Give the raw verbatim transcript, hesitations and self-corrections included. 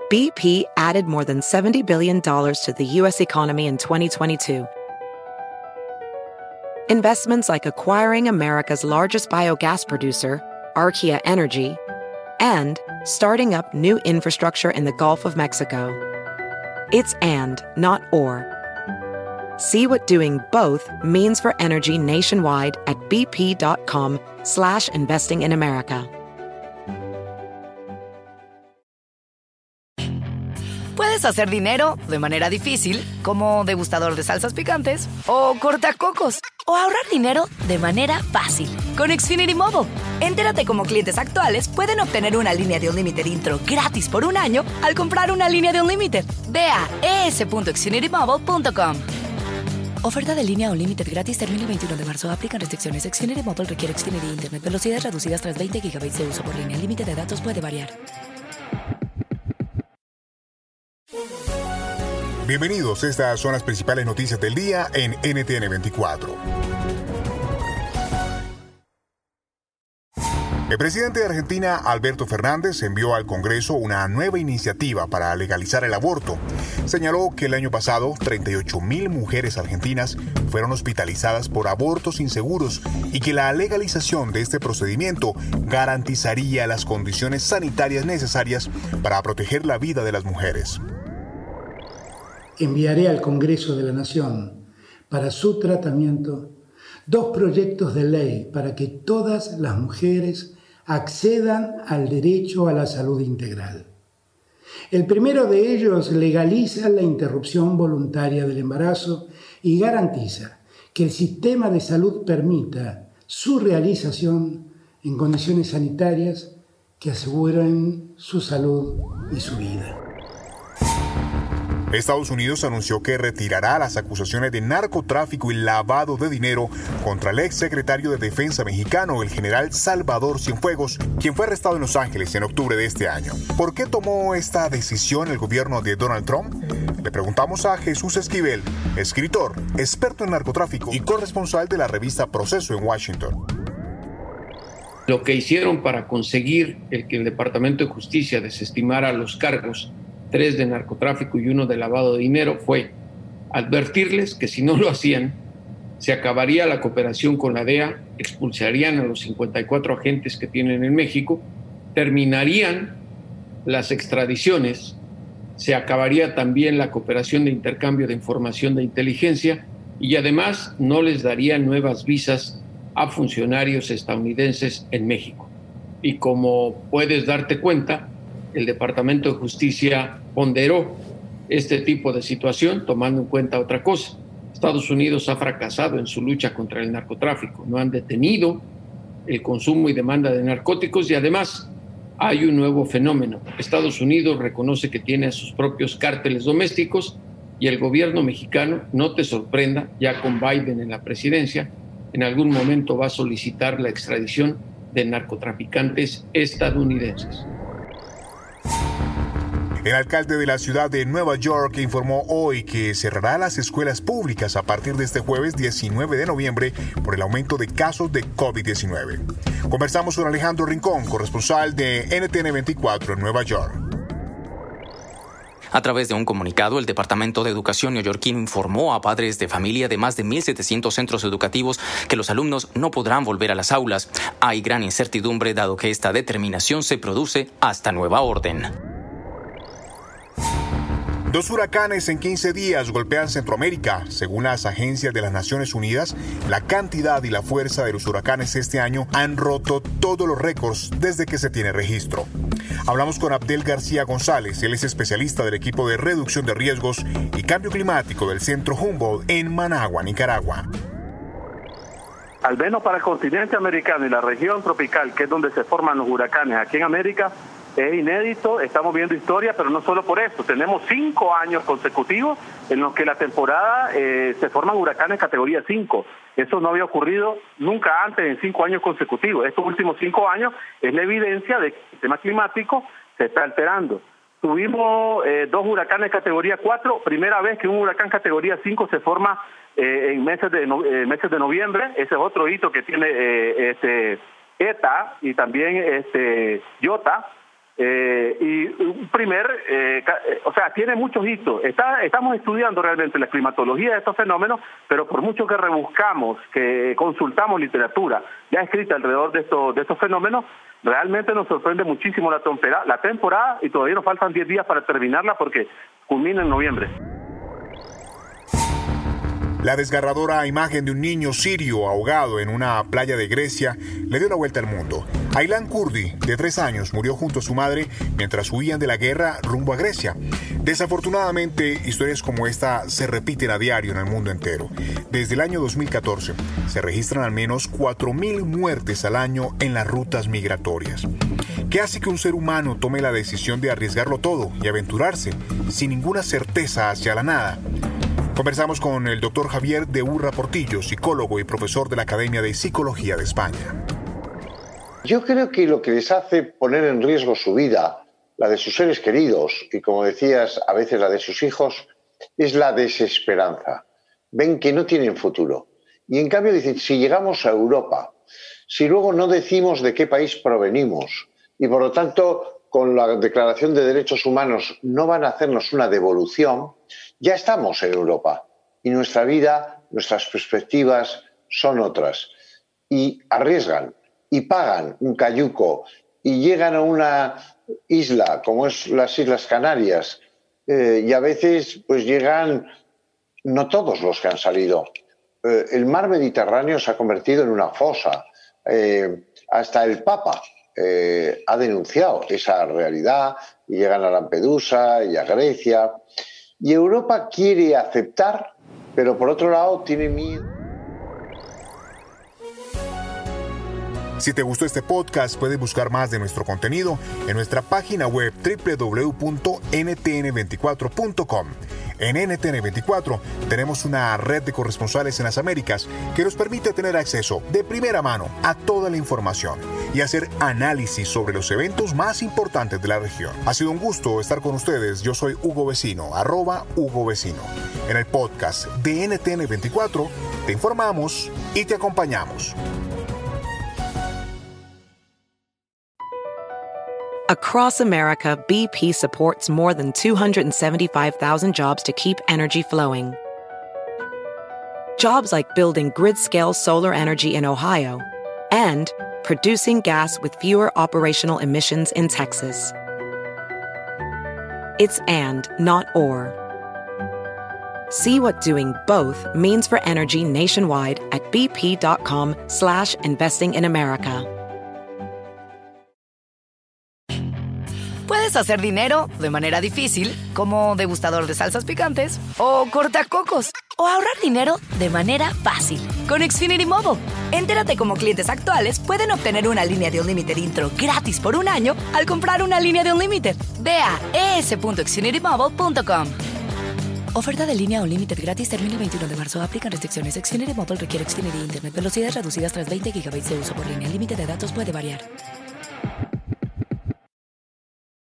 B P added more than seventy billion dollars to the U S economy in twenty twenty-two. Investments like acquiring America's largest biogas producer, Archaea Energy, and starting up new infrastructure in the Gulf of Mexico. It's and, not or. See what doing both means for energy nationwide at bp.com slash investing in America. Puedes hacer dinero de manera difícil, como degustador de salsas picantes, o cortacocos, o ahorrar dinero de manera fácil con Xfinity Mobile. Entérate cómo clientes actuales pueden obtener una línea de Unlimited intro gratis por un año al comprar una línea de Unlimited. Ve a e s punto xfinity mobile punto com. Oferta de línea Unlimited gratis termina el veintiuno de marzo. Aplican restricciones. Xfinity Mobile requiere Xfinity Internet. Velocidades reducidas tras veinte gigabytes de uso por línea. El límite de datos puede variar. Bienvenidos, estas son las principales noticias del día en N T N veinticuatro. El presidente de Argentina, Alberto Fernández, envió al Congreso una nueva iniciativa para legalizar el aborto. Señaló que el año pasado, treinta y ocho mil mujeres argentinas fueron hospitalizadas por abortos inseguros y que la legalización de este procedimiento garantizaría las condiciones sanitarias necesarias para proteger la vida de las mujeres. Enviaré al Congreso de la Nación para su tratamiento dos proyectos de ley para que todas las mujeres accedan al derecho a la salud integral. El primero de ellos legaliza la interrupción voluntaria del embarazo y garantiza que el sistema de salud permita su realización en condiciones sanitarias que aseguren su salud y su vida. Estados Unidos anunció que retirará las acusaciones de narcotráfico y lavado de dinero contra el exsecretario de Defensa mexicano, el general Salvador Cienfuegos, quien fue arrestado en Los Ángeles en octubre de este año. ¿Por qué tomó esta decisión el gobierno de Donald Trump? Le preguntamos a Jesús Esquivel, escritor, experto en narcotráfico y corresponsal de la revista Proceso en Washington. Lo que hicieron para conseguir el que el Departamento de Justicia desestimara los cargos, tres de narcotráfico y uno de lavado de dinero, fue advertirles que si no lo hacían, se acabaría la cooperación con la D E A, expulsarían a los cincuenta y cuatro agentes que tienen en México, terminarían las extradiciones, se acabaría también la cooperación de intercambio de información de inteligencia y además no les darían nuevas visas a funcionarios estadounidenses en México. Y como puedes darte cuenta, el Departamento de Justicia ponderó este tipo de situación tomando en cuenta otra cosa. Estados Unidos ha fracasado en su lucha contra el narcotráfico. No han detenido el consumo y demanda de narcóticos y además hay un nuevo fenómeno. Estados Unidos reconoce que tiene a sus propios cárteles domésticos y el gobierno mexicano, no te sorprenda, ya con Biden en la presidencia, en algún momento va a solicitar la extradición de narcotraficantes estadounidenses. El alcalde de la ciudad de Nueva York informó hoy que cerrará las escuelas públicas a partir de este jueves diecinueve de noviembre por el aumento de casos de COVID diecinueve. Conversamos con Alejandro Rincón, corresponsal de N T N veinticuatro en Nueva York. A través de un comunicado, el Departamento de Educación neoyorquino informó a padres de familia de más de mil setecientos centros educativos que los alumnos no podrán volver a las aulas. Hay gran incertidumbre dado que esta determinación se produce hasta nueva orden. Dos huracanes en quince días golpean Centroamérica. Según las agencias de las Naciones Unidas, la cantidad y la fuerza de los huracanes este año han roto todos los récords desde que se tiene registro. Hablamos con Abdel García González, él es especialista del equipo de reducción de riesgos y cambio climático del Centro Humboldt en Managua, Nicaragua. Al menos para el continente americano y la región tropical, que es donde se forman los huracanes aquí en América, es inédito, estamos viendo historia, pero no solo por eso. Tenemos cinco años consecutivos en los que la temporada eh, se forman huracanes categoría cinco. Eso no había ocurrido nunca antes en cinco años consecutivos. Estos últimos cinco años es la evidencia de que el sistema climático se está alterando. Tuvimos eh, dos huracanes categoría cuatro, primera vez que un huracán categoría cinco se forma eh, en meses de, no, eh, meses de noviembre. Ese es otro hito que tiene eh, este, ETA y también este, IOTA. Eh, y primer, eh, o sea, tiene muchos hitos. Está, estamos estudiando realmente la climatología de estos fenómenos, pero por mucho que rebuscamos, que consultamos literatura ya escrita alrededor de estos, de estos fenómenos, realmente nos sorprende muchísimo la temporada, la temporada y todavía nos faltan diez días para terminarla porque culmina en noviembre. La desgarradora imagen de un niño sirio ahogado en una playa de Grecia le dio la vuelta al mundo. Aylan Kurdi, de tres años, murió junto a su madre mientras huían de la guerra rumbo a Grecia. Desafortunadamente, historias como esta se repiten a diario en el mundo entero. Desde el año dos mil catorce, se registran al menos cuatro mil muertes al año en las rutas migratorias. ¿Qué hace que un ser humano tome la decisión de arriesgarlo todo y aventurarse sin ninguna certeza hacia la nada? Conversamos con el doctor Javier de Urra Portillo, psicólogo y profesor de la Academia de Psicología de España. Yo creo que lo que les hace poner en riesgo su vida, la de sus seres queridos y, como decías, a veces la de sus hijos, es la desesperanza. Ven que no tienen futuro. Y en cambio dicen, si llegamos a Europa, si luego no decimos de qué país provenimos y por lo tanto con la Declaración de Derechos Humanos no van a hacernos una devolución, ya estamos en Europa y nuestra vida, nuestras perspectivas son otras. Y arriesgan y pagan un cayuco y llegan a una isla como es las Islas Canarias eh, y a veces pues llegan no todos los que han salido. Eh, el mar Mediterráneo se ha convertido en una fosa. Eh, hasta el Papa eh, ha denunciado esa realidad y llegan a Lampedusa y a Grecia. Y Europa quiere aceptar, pero por otro lado tiene miedo. Si te gustó este podcast, puedes buscar más de nuestro contenido en nuestra página web doble u doble u doble u punto ene te ene veinticuatro punto com. En N T N veinticuatro tenemos una red de corresponsales en las Américas que nos permite tener acceso de primera mano a toda la información y hacer análisis sobre los eventos más importantes de la región. Ha sido un gusto estar con ustedes. Yo soy Hugo Vecino, arroba Hugo Vecino. En el podcast de N T N veinticuatro te informamos y te acompañamos. Across America, B P supports more than two hundred seventy-five thousand jobs to keep energy flowing. Jobs like building grid-scale solar energy in Ohio and producing gas with fewer operational emissions in Texas. It's and, not or. See what doing both means for energy nationwide at bp.com slash investing in America. Puedes hacer dinero de manera difícil, como degustador de salsas picantes, o cortacocos, o ahorrar dinero de manera fácil con Xfinity Mobile. Entérate cómo clientes actuales pueden obtener una línea de Unlimited intro gratis por un año al comprar una línea de Unlimited. Ve a e s punto xfinity mobile punto com. Oferta de línea Unlimited gratis termina el veintiuno de marzo. Aplican restricciones. Xfinity Mobile requiere Xfinity Internet. Velocidades reducidas tras veinte gigabytes de uso por línea. El límite de datos puede variar.